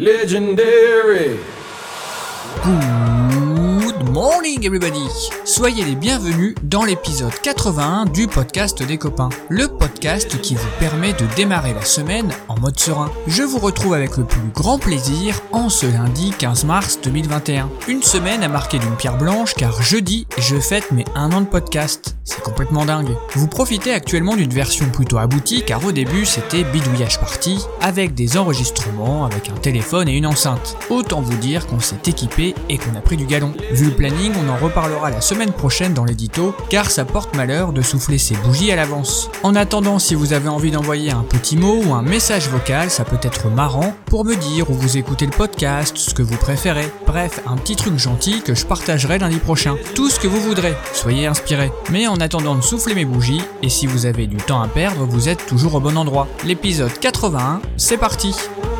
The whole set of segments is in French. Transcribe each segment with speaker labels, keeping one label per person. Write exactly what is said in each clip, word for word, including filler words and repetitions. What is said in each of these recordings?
Speaker 1: Legendary.
Speaker 2: Good morning everybody! Soyez les bienvenus dans l'épisode quatre-vingt-un du podcast des copains. Le podcast qui vous permet de démarrer la semaine en mode serein. Je vous retrouve avec le plus grand plaisir en ce lundi quinze mars deux mille vingt et un. Une semaine à marquer d'une pierre blanche car jeudi, je fête mes un an de podcast. C'est complètement dingue. Vous profitez actuellement d'une version plutôt aboutie car au début c'était bidouillage party avec des enregistrements, avec un téléphone et une enceinte. Autant vous dire qu'on s'est équipé et qu'on a pris du galon. Vu le planning, on en reparlera la semaine prochaine dans l'édito car ça porte malheur de souffler ses bougies à l'avance. En attendant, si vous avez envie d'envoyer un petit mot ou un message vocal, ça peut être marrant pour me dire où vous écoutez le podcast, ce que vous préférez. Bref, un petit truc gentil que je partagerai lundi prochain. Tout ce que vous voudrez, soyez inspirés. Mais en attendant de souffler mes bougies, et si vous avez du temps à perdre, vous êtes toujours au bon endroit. L'épisode quatre-vingt-un, c'est parti.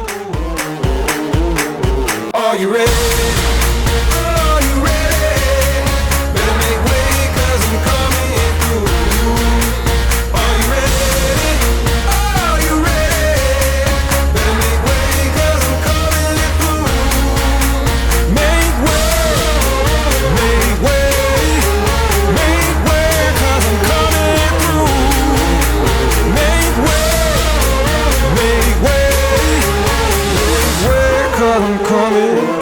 Speaker 1: Are you ready? Are you ready? Better make way 'cause I'm coming through. Are you ready? Are you ready? Better make way 'cause I'm coming through. Make way, make way, make way 'cause I'm coming through. Make way, make way, make way 'cause I'm coming through.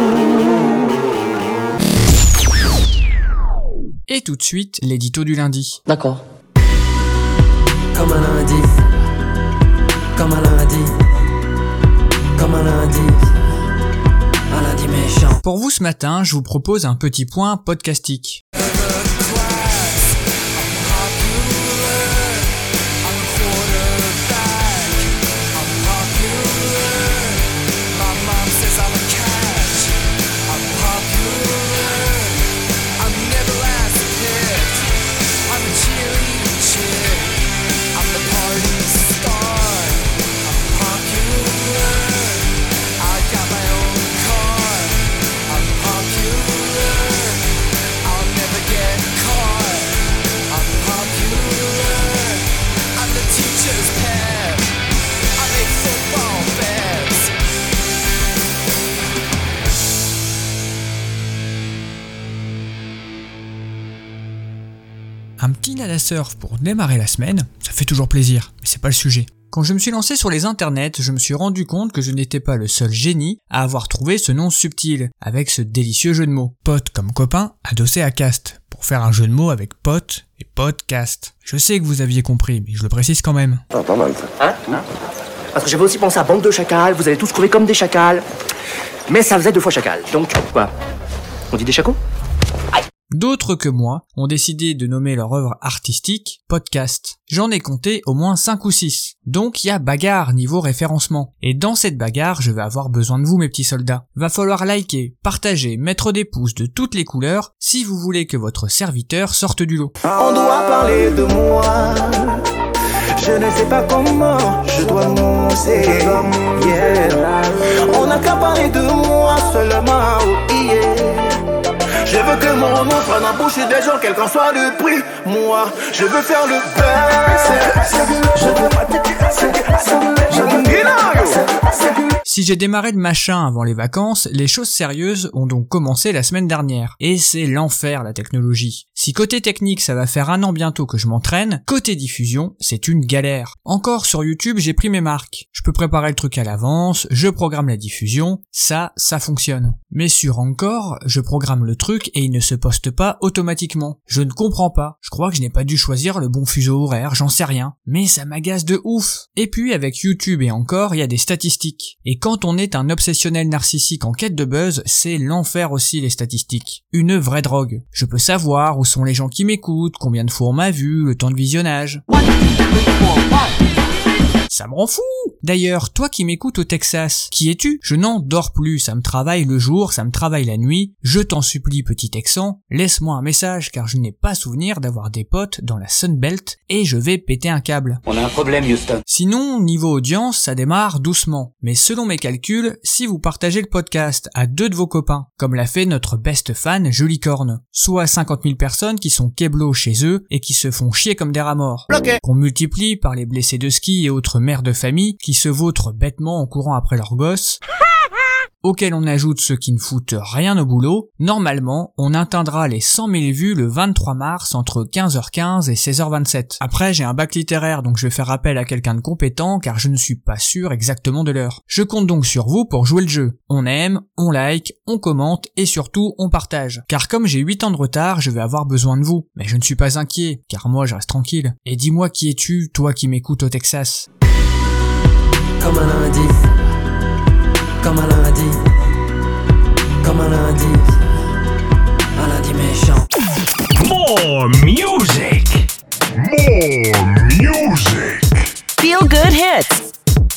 Speaker 2: Et tout de suite, l'édito du lundi.
Speaker 3: D'accord. Comme un lundi. Comme un lundi. Comme un lundi. Un lundi méchant.
Speaker 2: Pour vous ce matin, je vous propose un petit point podcastique. Un petit nada surf pour démarrer la semaine, ça fait toujours plaisir, mais c'est pas le sujet. Quand je me suis lancé sur les internets, je me suis rendu compte que je n'étais pas le seul génie à avoir trouvé ce nom subtil, avec ce délicieux jeu de mots. Pote comme copain, adossé à cast, pour faire un jeu de mots avec pote et podcast. Je sais que vous aviez compris, mais je le précise quand même.
Speaker 4: Ah, pas mal ça. Hein, hein Parce que j'avais aussi pensé à bande de chacals, vous allez tous trouver comme des chacals. Mais ça faisait deux fois chacal, donc quoi? On dit des chacos?
Speaker 2: D'autres que moi ont décidé de nommer leur œuvre artistique podcast. J'en ai compté au moins cinq ou six. Donc il y a bagarre niveau référencement. Et dans cette bagarre, je vais avoir besoin de vous mes petits soldats. Va falloir liker, partager, mettre des pouces de toutes les couleurs si vous voulez que votre serviteur sorte du lot.
Speaker 5: On doit parler de moi. Je ne sais pas comment je dois monter. Yeah. On n'a qu'à parler de moi seulement. Oh, yeah. Je veux que mon nom soit dans la bouche des gens, quel qu'en soit le prix. Moi, je veux faire le best. Je veux pas te je veux
Speaker 2: Si j'ai démarré le machin avant les vacances, les choses sérieuses ont donc commencé la semaine dernière. Et c'est l'enfer la technologie. Si côté technique ça va faire un an bientôt que je m'entraîne, côté diffusion, c'est une galère. Encore sur YouTube, j'ai pris mes marques. Je peux préparer le truc à l'avance, je programme la diffusion, ça, ça fonctionne. Mais sur Encore, je programme le truc et il ne se poste pas automatiquement. Je ne comprends pas. Je crois que je n'ai pas dû choisir le bon fuseau horaire, j'en sais rien. Mais ça m'agace de ouf. Et puis avec YouTube et Encore, il y a des statistiques. Et quand on est un obsessionnel narcissique en quête de buzz, c'est l'enfer aussi les statistiques. Une vraie drogue. Je peux savoir où sont les gens qui m'écoutent, combien de fois on m'a vu, le temps de visionnage. Ça me rend fou! D'ailleurs, toi qui m'écoutes au Texas, qui es-tu? Je n'en dors plus, ça me travaille le jour, ça me travaille la nuit. Je t'en supplie, petit Texan, laisse-moi un message car je n'ai pas souvenir d'avoir des potes dans la Sunbelt et je vais péter un câble.
Speaker 3: On a un problème, Houston.
Speaker 2: Sinon, niveau audience, ça démarre doucement. Mais selon mes calculs, si vous partagez le podcast à deux de vos copains, comme l'a fait notre best fan Jolicorne, soit cinquante mille personnes qui sont keblo chez eux et qui se font chier comme des rats morts,
Speaker 5: Bloqué.
Speaker 2: qu'on multiplie par les blessés de ski et autres mères de famille qui se vautrent bêtement en courant après leurs gosses, auxquels on ajoute ceux qui ne foutent rien au boulot, normalement, on atteindra les cent mille vues le vingt-trois mars entre quinze heures quinze et seize heures vingt-sept. Après, j'ai un bac littéraire, donc je vais faire appel à quelqu'un de compétent car je ne suis pas sûr exactement de l'heure. Je compte donc sur vous pour jouer le jeu. On aime, on like, on commente et surtout on partage. Car comme j'ai huit ans de retard, je vais avoir besoin de vous. Mais je ne suis pas inquiet, car moi je reste tranquille. Et dis-moi qui es-tu, toi qui m'écoutes au Texas?
Speaker 3: Comme un lundi, comme un lundi, comme un lundi, un lundi méchant.
Speaker 6: More music! More music!
Speaker 7: Feel good hits.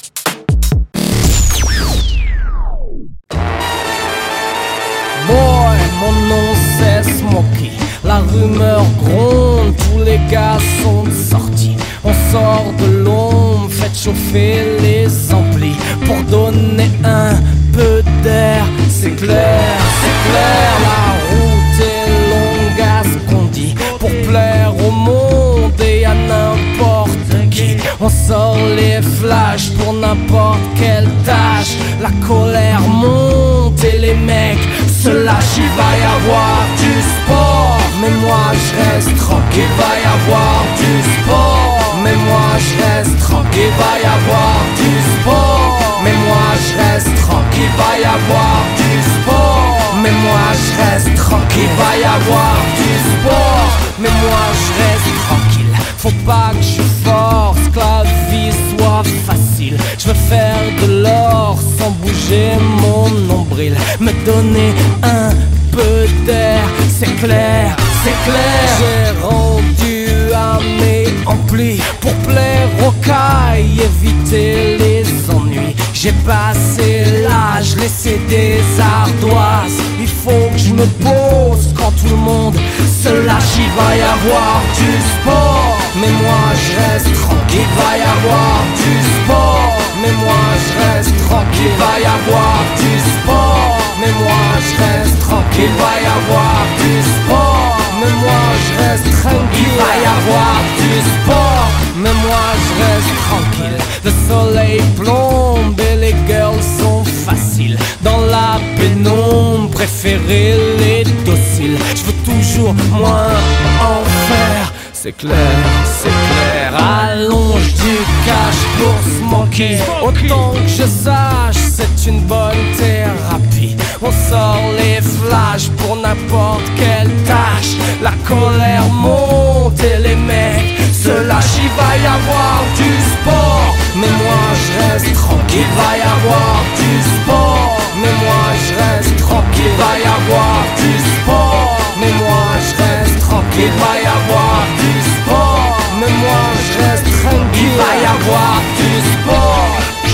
Speaker 8: Boy, mon nom c'est Smokey. La rumeur gronde, tous les gars sont sortis. On sort de l'ombre, faites chauffer les amplis pour donner un peu d'air. C'est clair, c'est clair, la route est longue à ce qu'on dit. Pour plaire au monde et à n'importe qui, on sort les flashs pour n'importe quelle tâche. La colère monte et les mecs se lâchent. Il va y avoir du sport, mais moi je reste tranquille. Va y avoir du sport, mais moi je reste tranquille. Va y avoir du sport, mais moi je reste tranquille. Va y avoir du sport, mais moi je reste tranquille. Va y avoir du sport, mais moi je reste tranquille. Faut pas que je force, que la vie soit facile. Je veux faire de l'or sans bouger mon nombril. Me donner un peu d'air, c'est clair, c'est clair. J'ai rendu à mes amplis pour plaire aux cailles, éviter les ennuis. J'ai passé l'âge, laissé des ardoises. Il faut que je me pose quand tout le monde se lâche. Il va y avoir du sport, mais moi je reste tranquille. Il va y avoir du sport, mais moi je reste tranquille. Il va y avoir du sport, mais moi je reste tranquille. Il va y avoir du sport, mais moi je reste tranquille. Il va y avoir du sport, mais moi je reste tranquille. Le soleil plombe et les girls sont faciles. Dans la pénombre, préférez les dociles. Je veux toujours moins en faire. C'est clair, c'est clair. Allonge du cash pour Smokey. Autant que je sache, c'est une bonne thérapie. On sort les flashs pour n'importe quelle tâche. La colère monte et les mecs se lâchent. Il va y avoir du sport, mais moi je reste tranquille. Il va y avoir du sport, mais moi je reste tranquille. Il va y avoir du sport, mais moi je reste tranquille. Il va y avoir du sport, mais moi je reste tranquille. Il va y avoir du sport,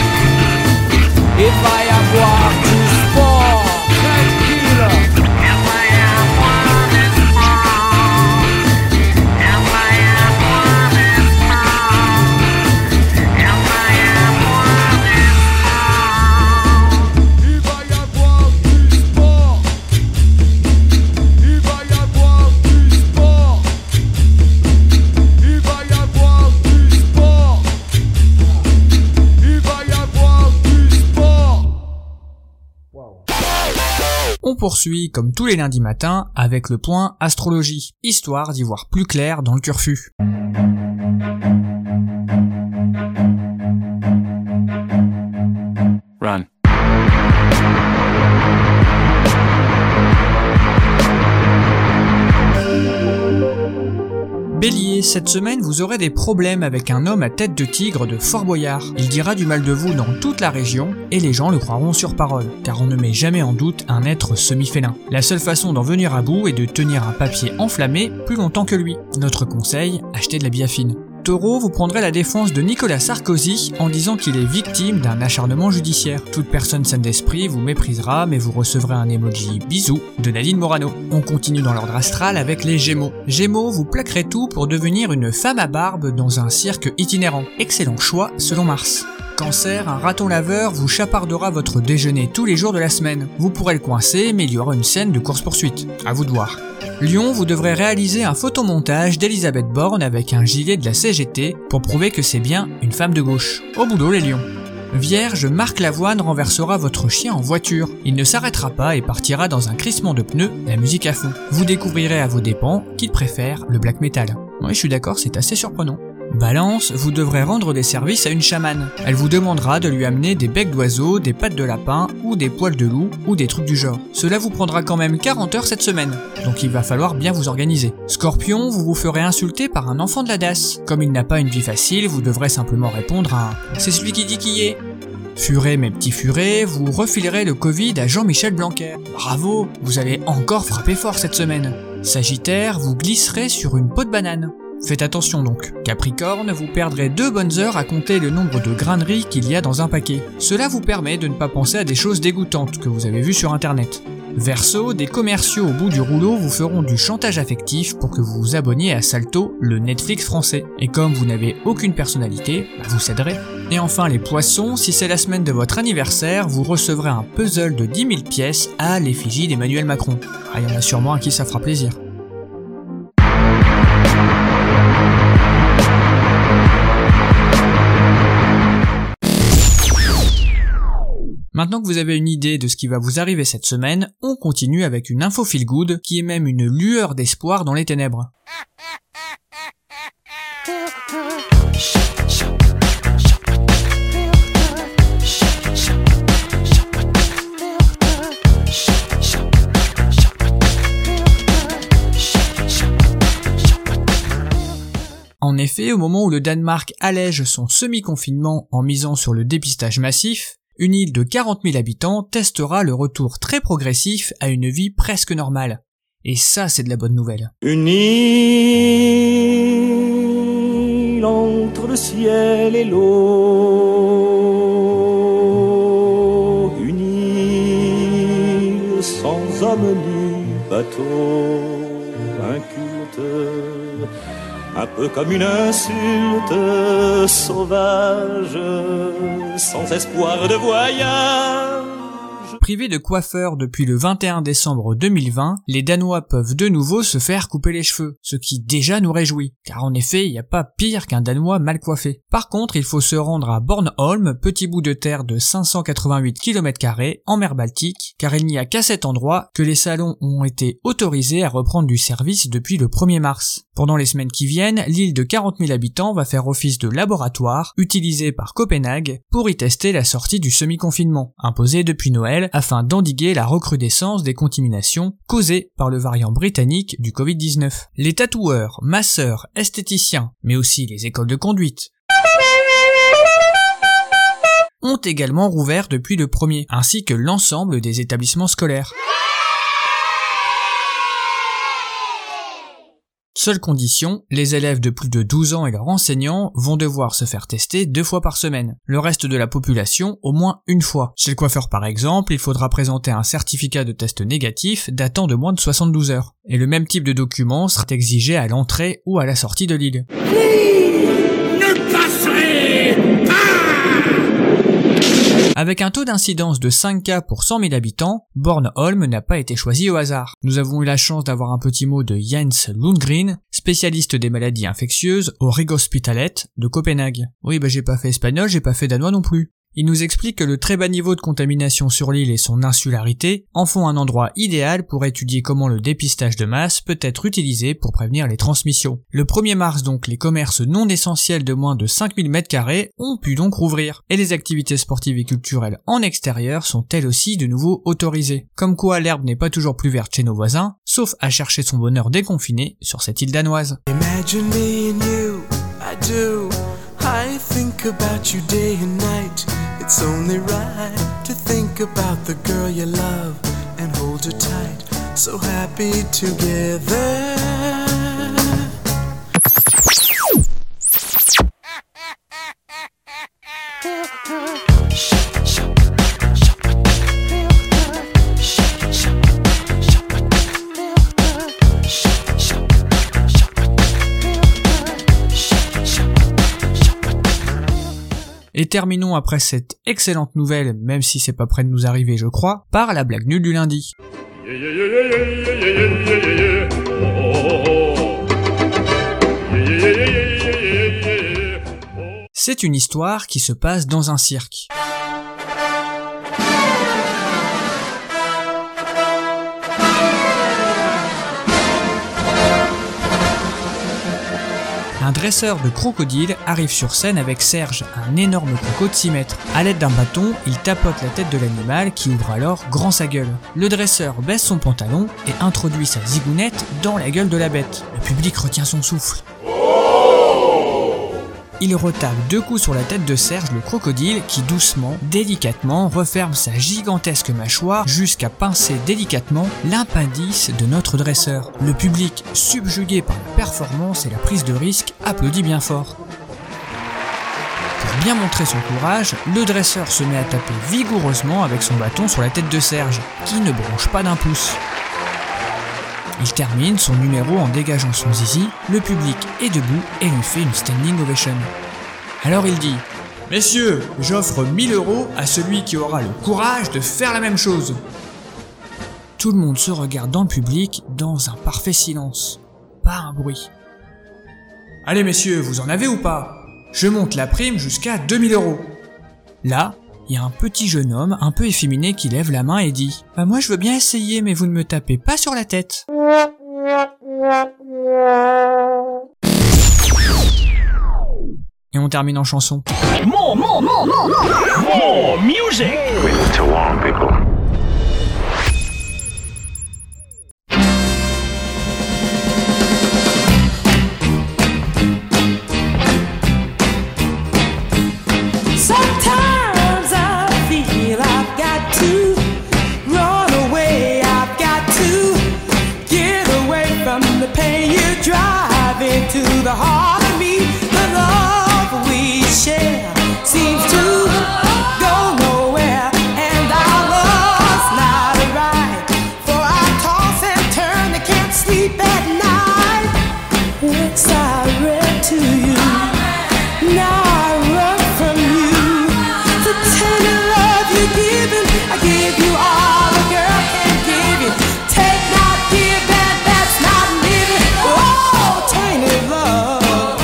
Speaker 8: il va y avoir du sport, tranquille.
Speaker 2: On poursuit comme tous les lundis matins avec le point astrologie, histoire d'y voir plus clair dans le turfu.
Speaker 9: Run.
Speaker 2: Bélier, cette semaine vous aurez des problèmes avec un homme à tête de tigre de Fort Boyard. Il dira du mal de vous dans toute la région et les gens le croiront sur parole, car on ne met jamais en doute un être semi-félin. La seule façon d'en venir à bout est de tenir un papier enflammé plus longtemps que lui. Notre conseil, achetez de la biafine. Taureau, vous prendrez la défense de Nicolas Sarkozy en disant qu'il est victime d'un acharnement judiciaire. Toute personne saine d'esprit vous méprisera, mais vous recevrez un emoji bisou de Nadine Morano. On continue dans l'ordre astral avec les Gémeaux. Gémeaux, vous plaquerez tout pour devenir une femme à barbe dans un cirque itinérant. Excellent choix selon Mars. Cancer, un raton laveur vous chapardera votre déjeuner tous les jours de la semaine. Vous pourrez le coincer, mais il y aura une scène de course-poursuite. À vous de voir. Lion, vous devrez réaliser un photomontage d'Elisabeth Borne avec un gilet de la C G T pour prouver que c'est bien une femme de gauche. Au boulot les lions. Vierge, Marc Lavoine renversera votre chien en voiture. Il ne s'arrêtera pas et partira dans un crissement de pneus, la musique à fond. Vous découvrirez à vos dépens qu'il préfère le black metal. Ouais, je suis d'accord, c'est assez surprenant. Balance, vous devrez rendre des services à une chamane. Elle vous demandera de lui amener des becs d'oiseaux, des pattes de lapin, ou des poils de loup, ou des trucs du genre. Cela vous prendra quand même quarante heures cette semaine, donc il va falloir bien vous organiser. Scorpion, vous vous ferez insulter par un enfant de la D A S. Comme il n'a pas une vie facile, vous devrez simplement répondre à « c'est celui qui dit qui est ». Furet mes petits furets, vous refilerez le Covid à Jean-Michel Blanquer. Bravo, vous allez encore frapper fort cette semaine. Sagittaire, vous glisserez sur une peau de banane. Faites attention donc. Capricorne, vous perdrez deux bonnes heures à compter le nombre de grains de riz qu'il y a dans un paquet. Cela vous permet de ne pas penser à des choses dégoûtantes que vous avez vues sur internet. Verseau, des commerciaux au bout du rouleau vous feront du chantage affectif pour que vous vous abonniez à Salto, le Netflix français. Et comme vous n'avez aucune personnalité, bah vous céderez. Et enfin les poissons, si c'est la semaine de votre anniversaire, vous recevrez un puzzle de dix mille pièces à l'effigie d'Emmanuel Macron. Ah, il y en a sûrement à qui ça fera plaisir. Maintenant que vous avez une idée de ce qui va vous arriver cette semaine, on continue avec une info feel good qui est même une lueur d'espoir dans les ténèbres. En effet, au moment où le Danemark allège son semi-confinement en misant sur le dépistage massif, une île de quarante mille habitants testera le retour très progressif à une vie presque normale. Et ça, c'est de la bonne nouvelle.
Speaker 9: Une île entre le ciel et l'eau, une île sans homme ni bateau, un culte, un peu comme une insulte sauvage, sans espoir de voyage.
Speaker 2: Privés de coiffeur depuis le vingt et un décembre deux mille vingt, les Danois peuvent de nouveau se faire couper les cheveux, ce qui déjà nous réjouit, car en effet, il n'y a pas pire qu'un Danois mal coiffé. Par contre, il faut se rendre à Bornholm, petit bout de terre de cinq cent quatre-vingt-huit kilomètres carrés, en mer Baltique, car il n'y a qu'à cet endroit que les salons ont été autorisés à reprendre du service depuis le premier mars. Pendant les semaines qui viennent, l'île de quarante mille habitants va faire office de laboratoire, utilisé par Copenhague, pour y tester la sortie du semi-confinement, imposé depuis Noël, afin d'endiguer la recrudescence des contaminations causées par le variant britannique du covid dix-neuf. Les tatoueurs, masseurs, esthéticiens, mais aussi les écoles de conduite, ont également rouvert depuis le premier, ainsi que l'ensemble des établissements scolaires. Seule condition, les élèves de plus de douze ans et leurs enseignants vont devoir se faire tester deux fois par semaine. Le reste de la population, au moins une fois. Chez le coiffeur par exemple, il faudra présenter un certificat de test négatif datant de moins de soixante-douze heures. Et le même type de document sera exigé à l'entrée ou à la sortie de l'île. Avec un taux d'incidence de cinq cas pour cent mille habitants, Bornholm n'a pas été choisi au hasard. Nous avons eu la chance d'avoir un petit mot de Jens Lundgren, spécialiste des maladies infectieuses au Rigshospitalet de Copenhague. Oui, bah j'ai pas fait espagnol, j'ai pas fait danois non plus. Il nous explique que le très bas niveau de contamination sur l'île et son insularité en font un endroit idéal pour étudier comment le dépistage de masse peut être utilisé pour prévenir les transmissions. Le premier mars donc, les commerces non essentiels de moins de cinq mille mètres carrés ont pu donc rouvrir, et les activités sportives et culturelles en extérieur sont elles aussi de nouveau autorisées. Comme quoi l'herbe n'est pas toujours plus verte chez nos voisins, sauf à chercher son bonheur déconfiné sur cette île danoise.
Speaker 10: Imagine me and you, I do. I think about you day and night. It's only right to think about the girl you love and hold her tight. So happy together.
Speaker 2: Et terminons après cette excellente nouvelle, même si c'est pas près de nous arriver je crois, par la blague nulle du lundi. C'est une histoire qui se passe dans un cirque. Un dresseur de crocodile arrive sur scène avec Serge, un énorme croco de six mètres. À l'aide d'un bâton, il tapote la tête de l'animal qui ouvre alors grand sa gueule. Le dresseur baisse son pantalon et introduit sa zigounette dans la gueule de la bête. Le public retient son souffle. Il retape deux coups sur la tête de Serge le crocodile qui doucement, délicatement referme sa gigantesque mâchoire jusqu'à pincer délicatement l'appendice de notre dresseur. Le public, subjugué par la performance et la prise de risque, applaudit bien fort. Pour bien montrer son courage, le dresseur se met à taper vigoureusement avec son bâton sur la tête de Serge, qui ne bronche pas d'un pouce. Il termine son numéro en dégageant son zizi, le public est debout et lui fait une standing ovation. Alors il dit « Messieurs, j'offre mille euros à celui qui aura le courage de faire la même chose !» Tout le monde se regarde dans le public dans un parfait silence. Pas un bruit. « Allez messieurs, vous en avez ou pas ? Je monte la prime jusqu'à deux mille euros !» Là, il y a un petit jeune homme un peu efféminé qui lève la main et dit « Bah moi je veux bien essayer mais vous ne me tapez pas sur la tête !» Et on termine en chanson.
Speaker 6: More, more, more, more, more, more music.
Speaker 11: We need to warn people.
Speaker 10: Sometimes I feel I've got to run away. I've got to get away from the pain you drive into the heart of me. The love we share seems to go nowhere, and our love's not right. For I toss and turn, I can't sleep at night. Once I read to you, now I run from you. The tender love you're giving, I give you all a girl can give you. Take not, give that, that's not living. Oh, tainted love.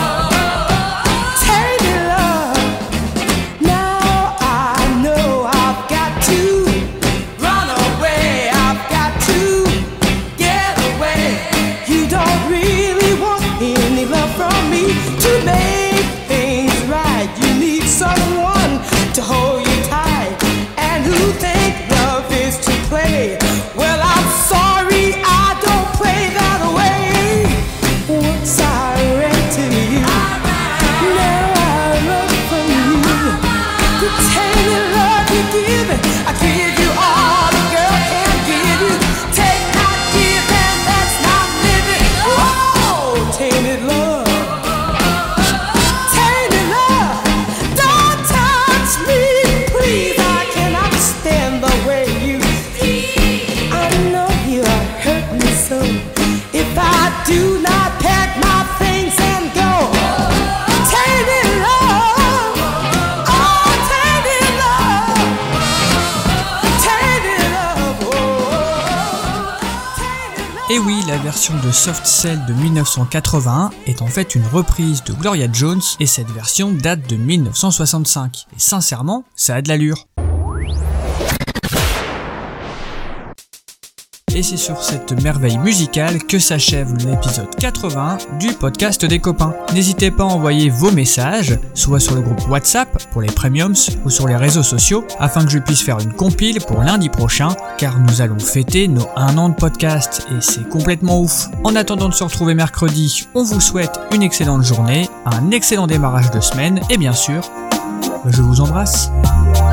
Speaker 10: To hold you tight, and who think love is to play? Well, I'm sorry, I don't play that way. Once I ran to you, now I run from you. The tainted love you're giving, I give you all a girl can give you. Take not, give, and that's not living. Oh, tainted love. Do not pack my things and go. Tainted love, oh, tainted love, tainted love, oh, tainted love.
Speaker 2: Et oui, la version de Soft Cell de mille neuf cent quatre-vingt-un est en fait une reprise de Gloria Jones, et cette version date de mille neuf cent soixante-cinq. Et sincèrement, ça a de l'allure. Et c'est sur cette merveille musicale que s'achève l'épisode quatre-vingts du podcast des copains. N'hésitez pas à envoyer vos messages, soit sur le groupe WhatsApp pour les premiums ou sur les réseaux sociaux, afin que je puisse faire une compile pour lundi prochain, car nous allons fêter nos un an de podcast et c'est complètement ouf. En attendant de se retrouver mercredi, on vous souhaite une excellente journée, un excellent démarrage de semaine et bien sûr, je vous embrasse.